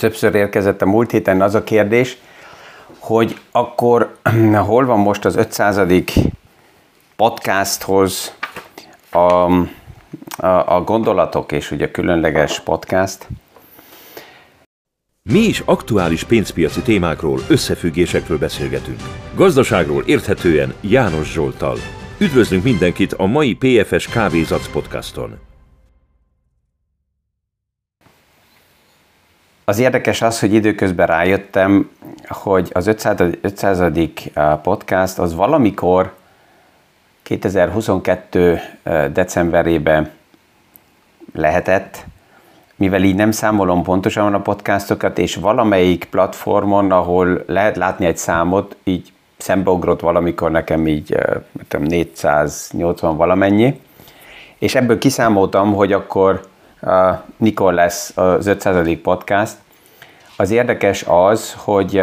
többször érkezett a múlt héten az a kérdés, hogy akkor hol van most az 500. podcasthoz a gondolatok és ugye különleges podcast. Mi is aktuális pénzpiaci témákról, összefüggésekről beszélgetünk. Gazdaságról érthetően János Zsolttal. Üdvözlünk mindenkit a mai PFS Kávézac podcaston. Az érdekes az, hogy időközben rájöttem, hogy az 500. podcast az valamikor 2022. decemberében lehetett, mivel így nem számolom pontosan a podcastokat, és valamelyik platformon, ahol lehet látni egy számot, így szembeugrott valamikor nekem így 480 valamennyi, és ebből kiszámoltam, hogy akkor mikor lesz az 500. podcast. Az érdekes az, hogy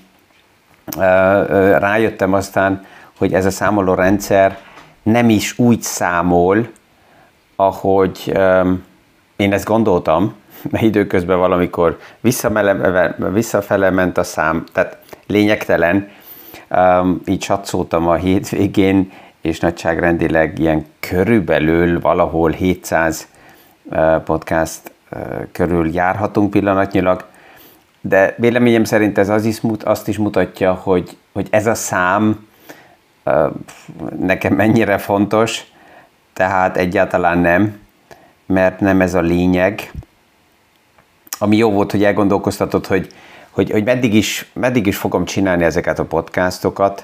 rájöttem aztán, hogy ez a számoló rendszer nem is úgy számol, ahogy én ezt gondoltam, mert időközben valamikor visszafele ment a szám, tehát lényegtelen. Így satszoltam a hétvégén, és nagyságrendileg ilyen körülbelül valahol 700 podcast körül járhatunk pillanatnyilag, de véleményem szerint ez azt is mutatja, hogy ez a szám nekem mennyire fontos, tehát egyáltalán nem, mert nem ez a lényeg. Ami jó volt, hogy elgondolkoztatott, hogy meddig is fogom csinálni ezeket a podcastokat,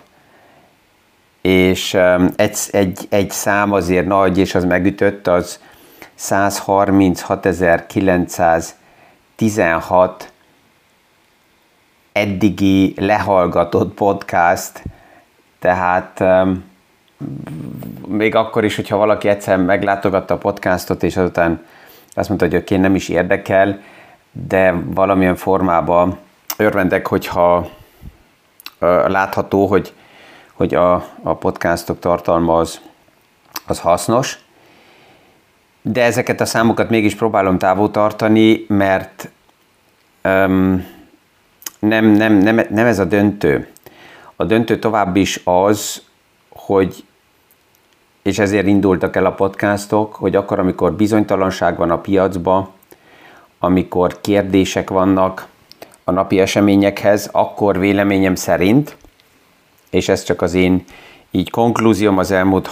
és egy szám azért nagy, és az megütött, az 136.916 eddigi lehallgatott podcast, tehát még akkor is, hogyha valaki egyszer meglátogatta a podcastot, és azután azt mondta, hogy oké, nem is érdekel, de valamilyen formában örvendek, hogyha látható, hogy a podcastok tartalma az hasznos, de ezeket a számokat mégis próbálom távol tartani, mert nem ez a döntő. A döntő tovább is az, hogy, és ezért indultak el a podcastok, hogy akkor, amikor bizonytalanság van a piacban, amikor kérdések vannak a napi eseményekhez, akkor véleményem szerint, és ez csak az én így konklúzióm az elmúlt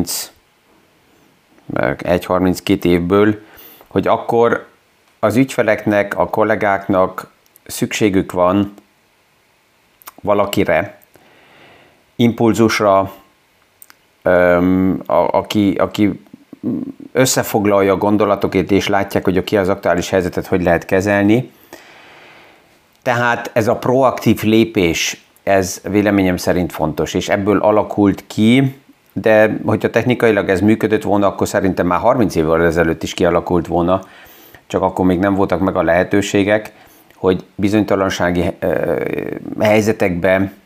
31-32 évből, hogy akkor az ügyfeleknek, a kollégáknak szükségük van valakire, impulzusra, aki összefoglalja a gondolatokat, és látják, hogy az aktuális helyzetet hogy lehet kezelni. Tehát ez a proaktív lépés, ez véleményem szerint fontos, és ebből alakult ki, de hogyha technikailag ez működött volna, akkor szerintem már 30 évvel ezelőtt is kialakult volna, csak akkor még nem voltak meg a lehetőségek, hogy bizonytalansági helyzetekben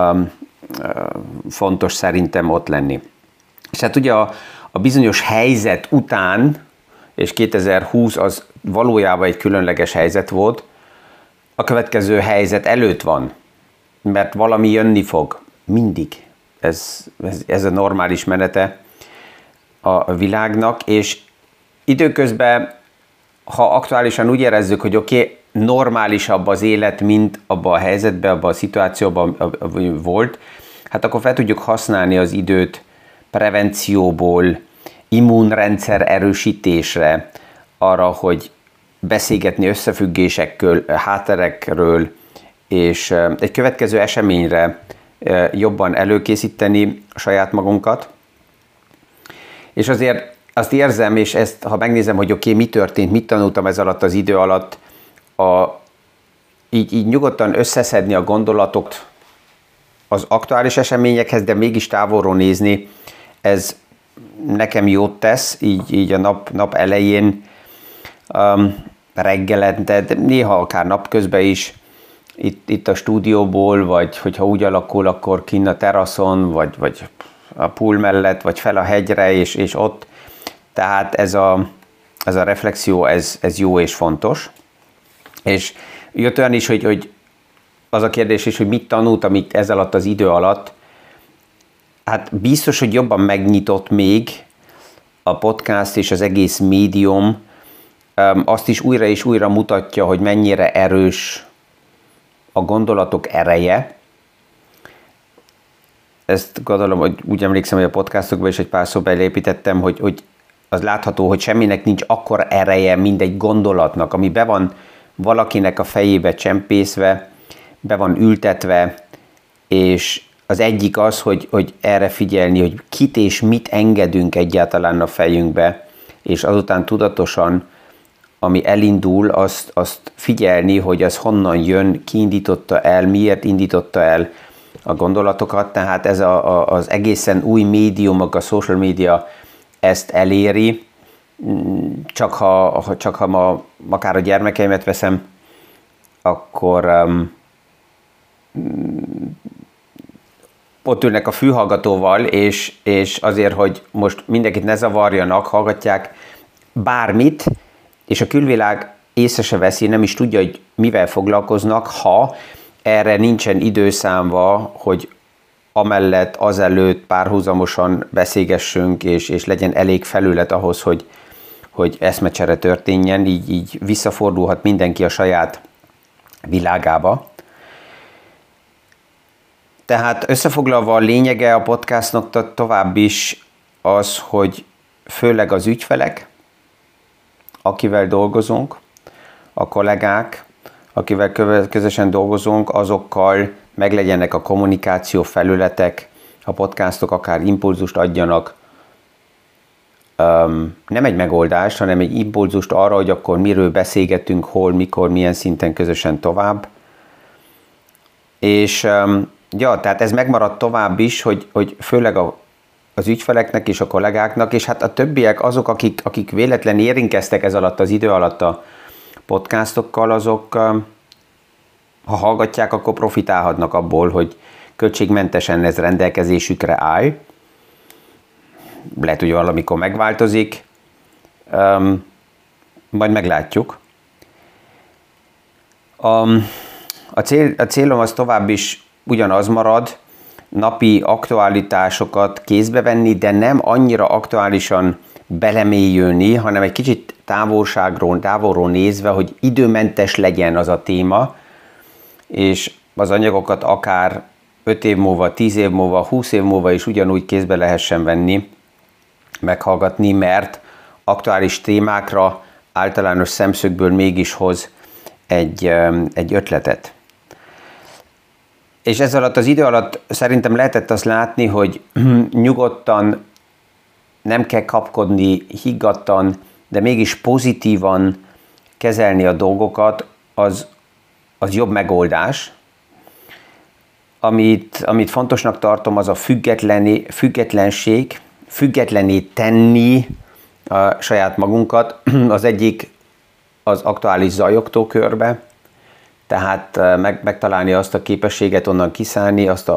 fontos szerintem ott lenni. És hát ugye a bizonyos helyzet után, és 2020 az valójában egy különleges helyzet volt, a következő helyzet előtt van, mert valami jönni fog, mindig. Ez a normális menete a világnak, és időközben, ha aktuálisan úgy érezzük, hogy oké, normálisabb az élet, mint abban a helyzetben, abban a szituációban volt, hát akkor fel tudjuk használni az időt prevencióból, immunrendszer erősítésre, arra, hogy beszélgetni összefüggésekről, hátterekről, és egy következő eseményre jobban előkészíteni saját magunkat. És azért azt érzem, és ezt, ha megnézem, hogy oké, mi történt, mit tanultam ez alatt az idő alatt, így nyugodtan összeszedni a gondolatot az aktuális eseményekhez, de mégis távolról nézni, ez nekem jót tesz, így a nap elején, reggelente, de néha akár napközben is, itt a stúdióból, vagy hogyha úgy alakul, akkor kinn a teraszon, vagy a pool mellett, vagy fel a hegyre, és ott. Tehát ez a reflexió, ez jó és fontos. És Jött olyan is, hogy az a kérdés is, hogy mit tanultam itt ez alatt az idő alatt. Hát biztos, hogy jobban megnyitott még a podcast és az egész médium. Azt is újra és újra mutatja, hogy mennyire erős a gondolatok ereje. Ezt gondolom, hogy úgy emlékszem, hogy a podcastokban is egy pár szóba elépítettem, hogy az látható, hogy semminek nincs akkora ereje, mint egy gondolatnak, ami be van valakinek a fejébe csempészve, be van ültetve, és az egyik az, hogy erre figyelni, hogy kit és mit engedünk egyáltalán a fejünkbe, és azután tudatosan, ami elindul, azt figyelni, hogy az honnan jön, ki indította el, miért indította el a gondolatokat. Tehát ez az egészen új médiumok, a social media ezt eléri, csak ha ma akár a gyermekeimet veszem, akkor ott ülnek a fülhallgatóval, és azért, hogy most mindenkit ne zavarjanak, hallgatják bármit, és a külvilág észre se veszi, nem is tudja, hogy mivel foglalkoznak, ha erre nincsen időszámva, hogy amellett, azelőtt párhuzamosan beszélgessünk, és legyen elég felület ahhoz, hogy eszmecsere történjen, így visszafordulhat mindenki a saját világába. Tehát összefoglalva a lényege a podcastnak tovább is az, hogy főleg az ügyfelek, akivel dolgozunk, a kollégák, akivel közösen dolgozunk, azokkal meglegyenek a kommunikáció felületek, a podcastok akár impulzust adjanak, nem egy megoldást, hanem egy impulzust arra, hogy akkor miről beszélgetünk, hol, mikor, milyen szinten közösen tovább. És tehát ez megmaradt tovább is, hogy főleg az ügyfeleknek és a kollégáknak, és hát a többiek azok, akik véletlenül érintkeztek ez alatt az idő alatt a podcastokkal, azok, ha hallgatják, akkor profitálhatnak abból, hogy költségmentesen ez rendelkezésükre áll. Lehet, hogy valamikor megváltozik, majd meglátjuk. A célom az tovább is ugyanaz marad, napi aktualitásokat kézbe venni, de nem annyira aktuálisan belemélyülni, hanem egy kicsit távolról nézve, hogy időmentes legyen az a téma, és az anyagokat akár 5 év múlva, 10 év múlva, 20 év múlva is ugyanúgy kézbe lehessen venni, meghallgatni, mert aktuális témákra általános szemszögből mégis hoz egy ötletet. És ez alatt az idő alatt szerintem lehetett azt látni, hogy nyugodtan, nem kell kapkodni, higgadtan, de mégis pozitívan kezelni a dolgokat, az jobb megoldás. Amit fontosnak tartom, az a függetlenség, függetlenné tenni a saját magunkat. Az egyik az aktuális zajoktól körbe, tehát megtalálni azt a képességet, onnan kiszállni, azt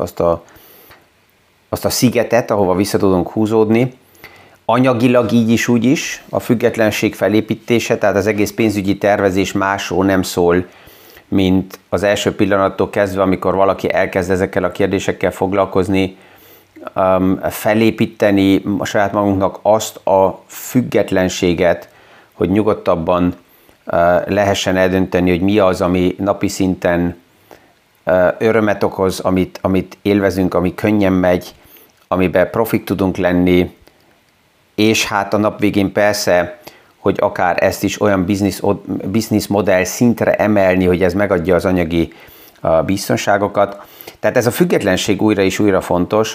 a szigetet, ahova vissza tudunk húzódni. Anyagilag így is, úgy is, a függetlenség felépítése, tehát az egész pénzügyi tervezés másról nem szól, mint az első pillanattól kezdve, amikor valaki elkezd ezekkel a kérdésekkel foglalkozni, felépíteni a saját magunknak azt a függetlenséget, hogy nyugodtabban lehessen eldönteni, hogy mi az, ami napi szinten örömet okoz, amit élvezünk, ami könnyen megy, amiben profit tudunk lenni, és hát a nap végén persze, hogy akár ezt is olyan business modell szintre emelni, hogy ez megadja az anyagi biztonságokat. Tehát ez a függetlenség újra és újra fontos,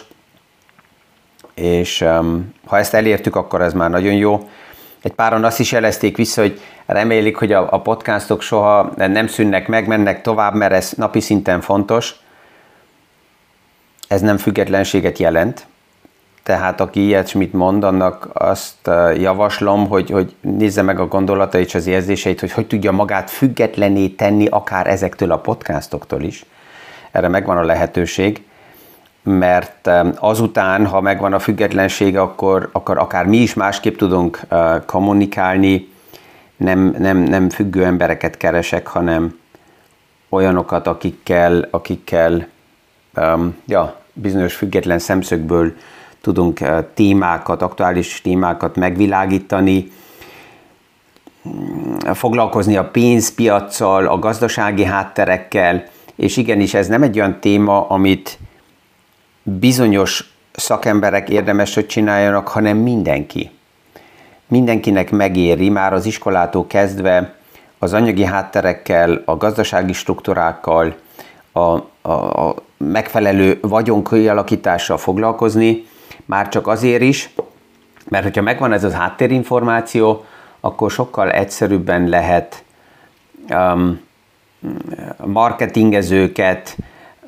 és ha ezt elértük, akkor ez már nagyon jó. Egy páran azt is jelezték vissza, hogy remélik, hogy a podcastok soha nem szűnnek meg, mennek tovább, mert ez napi szinten fontos. Ez nem függetlenséget jelent. Tehát aki ilyesmit mond, annak azt javaslom, hogy nézze meg a gondolatait és az érzéseit, hogy tudja magát függetlenné tenni akár ezektől a podcastoktól is. Erre megvan a lehetőség, mert azután, ha megvan a függetlenség, akkor akár mi is másképp tudunk kommunikálni, nem függő embereket keresek, hanem olyanokat, akikkel bizonyos független szemszögből tudunk témákat, aktuális témákat megvilágítani, foglalkozni a pénzpiaccal, a gazdasági hátterekkel, és igenis ez nem egy olyan téma, amit bizonyos szakemberek érdemes, hogy csináljanak, hanem mindenki. Mindenkinek megéri, már az iskolától kezdve az anyagi hátterekkel, a gazdasági struktúrákkal, a megfelelő vagyon kialakítással foglalkozni, már csak azért is, mert hogyha megvan ez az háttérinformáció, akkor sokkal egyszerűbben lehet marketingezőket,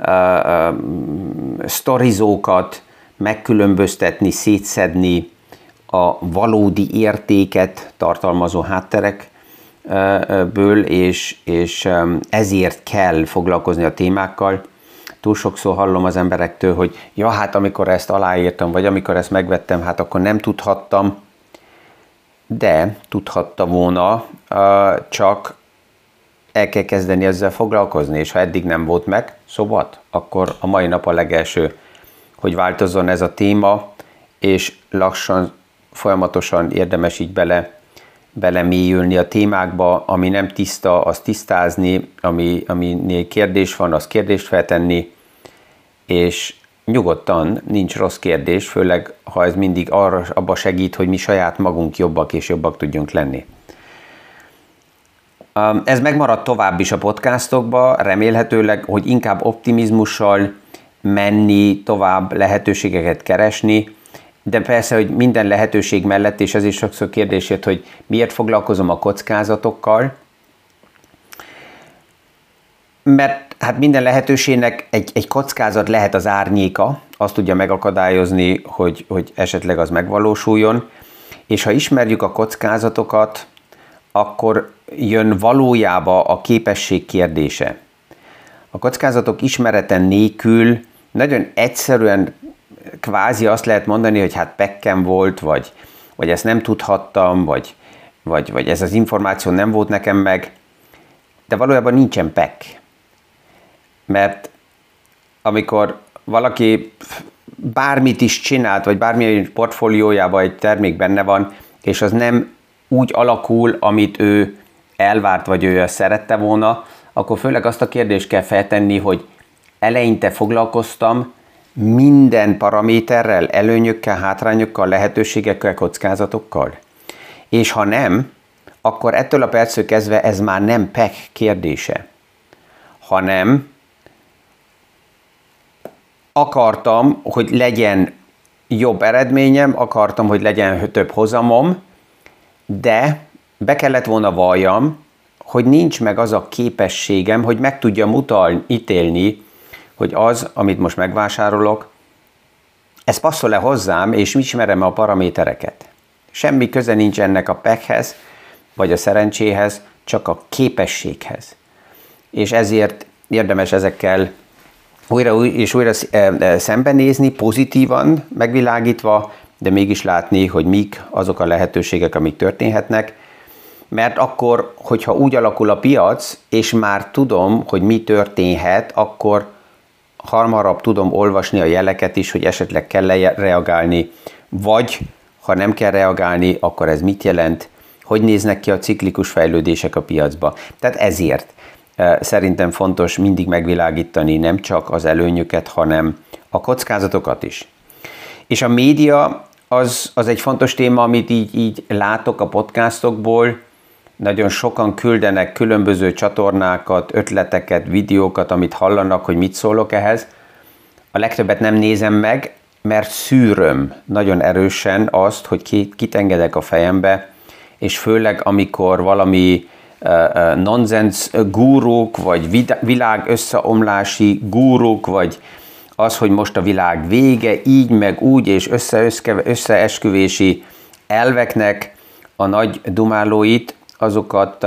sztorizókat megkülönböztetni, szétszedni a valódi értéket tartalmazó hátterekből, és ezért kell foglalkozni a témákkal. Túl sokszor hallom az emberektől, hogy ja, hát amikor ezt aláírtam, vagy amikor ezt megvettem, hát akkor nem tudhattam. De tudhatta volna, csak el kell kezdeni ezzel foglalkozni, és ha eddig nem volt meg, szóval, akkor a mai nap a legelső, hogy változzon ez a téma, és lassan, folyamatosan érdemes így belemélyülni a témákba, ami nem tiszta, azt tisztázni, aminél kérdés van, azt kérdést feltenni, és nyugodtan, nincs rossz kérdés, főleg ha ez mindig abba segít, hogy mi saját magunk jobbak és jobbak tudjunk lenni. Ez megmaradt tovább is a podcastokba, remélhetőleg, hogy inkább optimizmussal menni, tovább lehetőségeket keresni, de persze, hogy minden lehetőség mellett, és ez is sokszor kérdés jött, hogy miért foglalkozom a kockázatokkal, mert hát minden lehetőségnek egy kockázat lehet az árnyéka, azt tudja megakadályozni, hogy esetleg az megvalósuljon, és ha ismerjük a kockázatokat, akkor jön valójába a képesség kérdése. A kockázatok ismereten nélkül nagyon egyszerűen kvázi azt lehet mondani, hogy hát pekkem volt, vagy ezt nem tudhattam, vagy ez az információ nem volt nekem meg, de valójában nincsen pek. Mert amikor valaki bármit is csinált, vagy bármilyen portfóliójában egy termék benne van, és az nem úgy alakul, amit ő elvárt, vagy ő szerette volna, akkor főleg azt a kérdést kell feltenni, hogy eleinte foglalkoztam minden paraméterrel, előnyökkel, hátrányokkal, lehetőségekkel, kockázatokkal. És ha nem, akkor ettől a perctől kezdve ez már nem PEC kérdése, hanem akartam, hogy legyen jobb eredményem, akartam, hogy legyen több hozamom, de be kellett volna valljam, hogy nincs meg az a képességem, hogy meg tudjam ítélni, hogy az, amit most megvásárolok, ez passzol-e hozzám, és ismerem a paramétereket. Semmi köze nincs ennek a pekhez, vagy a szerencséhez, csak a képességhez. És ezért érdemes ezekkel újra és újra szembenézni, pozitívan megvilágítva, de mégis látni, hogy mik azok a lehetőségek, amik történhetnek, mert akkor, hogyha úgy alakul a piac, és már tudom, hogy mi történhet, akkor hamarabb tudom olvasni a jeleket is, hogy esetleg kell reagálni, vagy ha nem kell reagálni, akkor ez mit jelent, hogy néznek ki a ciklikus fejlődések a piacba. Tehát ezért szerintem fontos mindig megvilágítani nem csak az előnyöket, hanem a kockázatokat is. És a média az egy fontos téma, amit így látok a podcastokból. Nagyon sokan küldenek különböző csatornákat, ötleteket, videókat, amit hallanak, hogy mit szólok ehhez. A legtöbbet nem nézem meg, mert szűröm nagyon erősen azt, hogy kit engedek a fejembe, és főleg amikor valami nonsens guruk, vagy világ összeomlási guruk, vagy az, hogy most a világ vége, így meg úgy, és összeesküvési elveknek a nagy dumálóit, azokat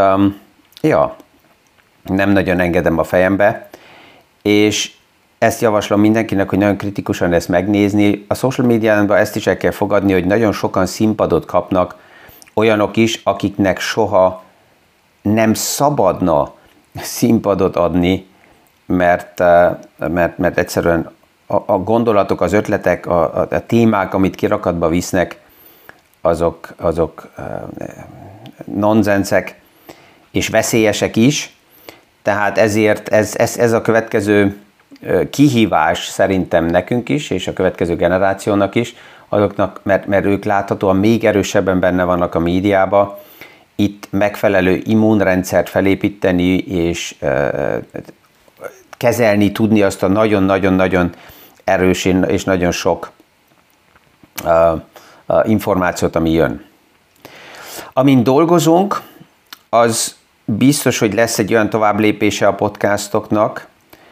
nem nagyon engedem a fejembe, és ezt javaslom mindenkinek, hogy nagyon kritikusan ezt megnézni. A social médiában ezt is el kell fogadni, hogy nagyon sokan színpadot kapnak, olyanok is, akiknek soha nem szabadna színpadot adni, mert egyszerűen a gondolatok, az ötletek, a témák, amit kirakatba visznek, azok nonsensek és veszélyesek is. Tehát ezért ez a következő kihívás szerintem nekünk is, és a következő generációnak is, azoknak, mert ők láthatóan még erősebben benne vannak a médiában, itt megfelelő immunrendszert felépíteni, és kezelni tudni azt a nagyon-nagyon-nagyon erős és nagyon sok információt, ami jön. Amin dolgozunk, az biztos, hogy lesz egy olyan továbblépése a podcastoknak,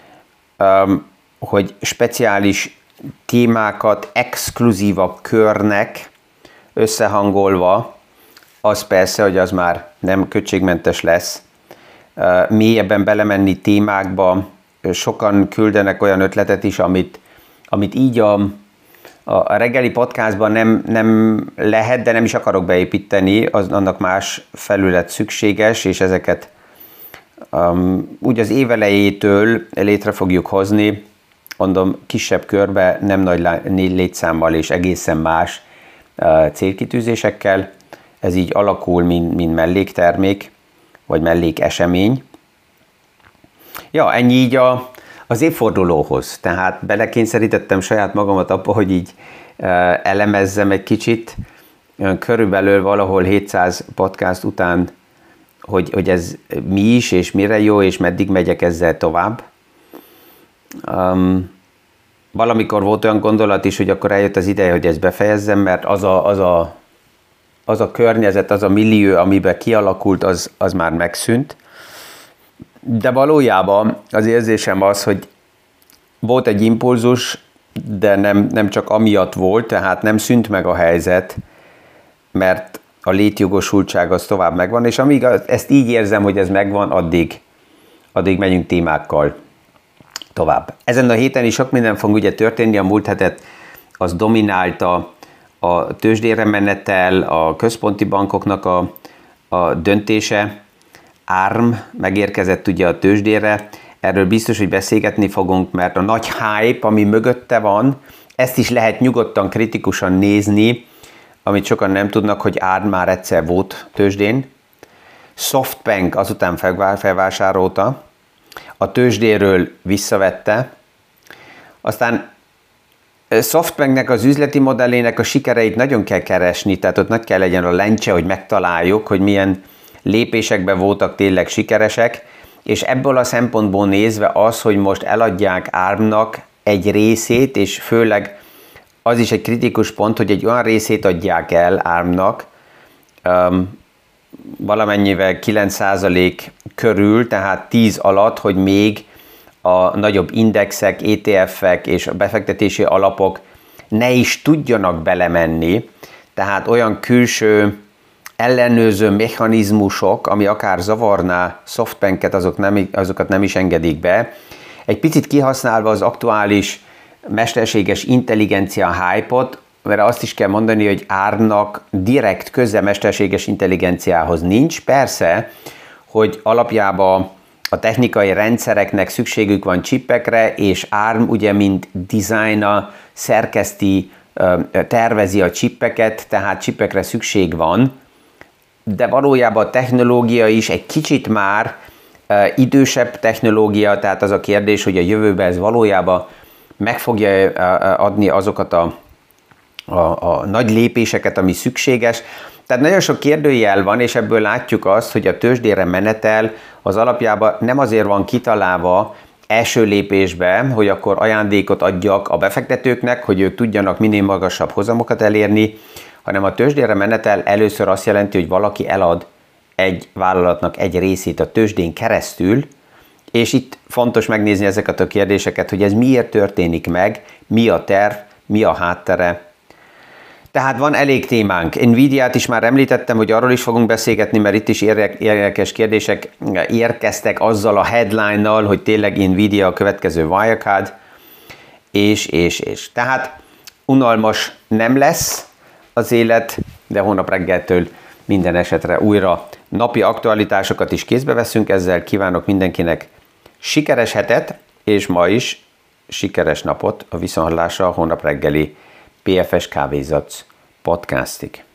hogy speciális témákat exkluzívabb körnek összehangolva, az persze, hogy az már nem költségmentes lesz, mélyebben belemenni témákba, sokan küldenek olyan ötletet is, amit így a reggeli podcastban nem lehet, de nem is akarok beépíteni, annak más felület szükséges, és ezeket úgy az év elejétől létre fogjuk hozni, mondom, kisebb körbe, nem nagy létszámmal és egészen más célkitűzésekkel. Ez így alakul, mint melléktermék, vagy mellékesemény. Ja, ennyi így az évfordulóhoz. Tehát belekényszerítettem saját magamat abba, hogy így elemezzem egy kicsit, körülbelül valahol 700 podcast után, hogy ez mi is, és mire jó, és meddig megyek ezzel tovább. Valamikor volt olyan gondolat is, hogy akkor eljött az ideje, hogy ezt befejezzem, mert az a környezet, az a millió, amiben kialakult, az már megszűnt. De valójában az érzésem az, hogy volt egy impulzus, de nem csak amiatt volt, tehát nem szűnt meg a helyzet, mert a létjogosultság az tovább megvan, és amíg ezt így érzem, hogy ez megvan, addig megyünk témákkal tovább. Ezen a héten is sok minden fog ugye történni, a múlt hetet az dominálta a tőzsdére menetel, a központi bankoknak a döntése, ARM megérkezett ugye a tőzsdére, erről biztos, hogy beszélgetni fogunk, mert a nagy hype, ami mögötte van, ezt is lehet nyugodtan kritikusan nézni, amit sokan nem tudnak, hogy ARM már egyszer volt tőzsdén. SoftBank azután felvásárolta, a tőzsdéről visszavette, aztán SoftBanknek az üzleti modellének a sikereit nagyon kell keresni, tehát ott nagy kell legyen a lencse, hogy megtaláljuk, hogy milyen lépésekben voltak tényleg sikeresek, és ebből a szempontból nézve az, hogy most eladják ARM-nak egy részét, és főleg az is egy kritikus pont, hogy egy olyan részét adják el ARM-nak, valamennyivel 9% körül, tehát 10 alatt, hogy még a nagyobb indexek, ETF-ek és a befektetési alapok ne is tudjanak belemenni, tehát olyan külső ellenőrző mechanizmusok, ami akár zavarná SoftBanket, azokat nem is engedik be. Egy picit kihasználva az aktuális mesterséges intelligencia hype-ot, mert azt is kell mondani, hogy ARM-nak direkt köze mesterséges intelligenciához nincs. Persze, hogy alapjában a technikai rendszereknek szükségük van chipekre, és ARM ugye mint designer szerkeszti, tervezi a chipeket, tehát chipekre szükség van, de valójában a technológia is egy kicsit már idősebb technológia, tehát az a kérdés, hogy a jövőben ez valójában meg fogja adni azokat a nagy lépéseket, ami szükséges. Tehát nagyon sok kérdőjel van, és ebből látjuk azt, hogy a tőzsdére menetel az alapjában nem azért van kitalálva első lépésben, hogy akkor ajándékot adjak a befektetőknek, hogy ők tudjanak minél magasabb hozamokat elérni, hanem a tőzsdére menetel először azt jelenti, hogy valaki elad egy vállalatnak egy részét a tőzsdén keresztül, és itt fontos megnézni ezeket a kérdéseket, hogy ez miért történik meg, mi a terv, mi a háttere. Tehát van elég témánk. Nvidia-t is már említettem, hogy arról is fogunk beszélgetni, mert itt is érdekes kérdések érkeztek azzal a headline-nal, hogy tényleg Nvidia a következő Wirecard, és. Tehát unalmas nem lesz az élet, de hónap reggeltől minden esetre újra napi aktualitásokat is kézbe veszünk, ezzel kívánok mindenkinek sikeres hetet, és ma is sikeres napot a viszonthallásra a hónap reggeli PFS Kávézac podcastig.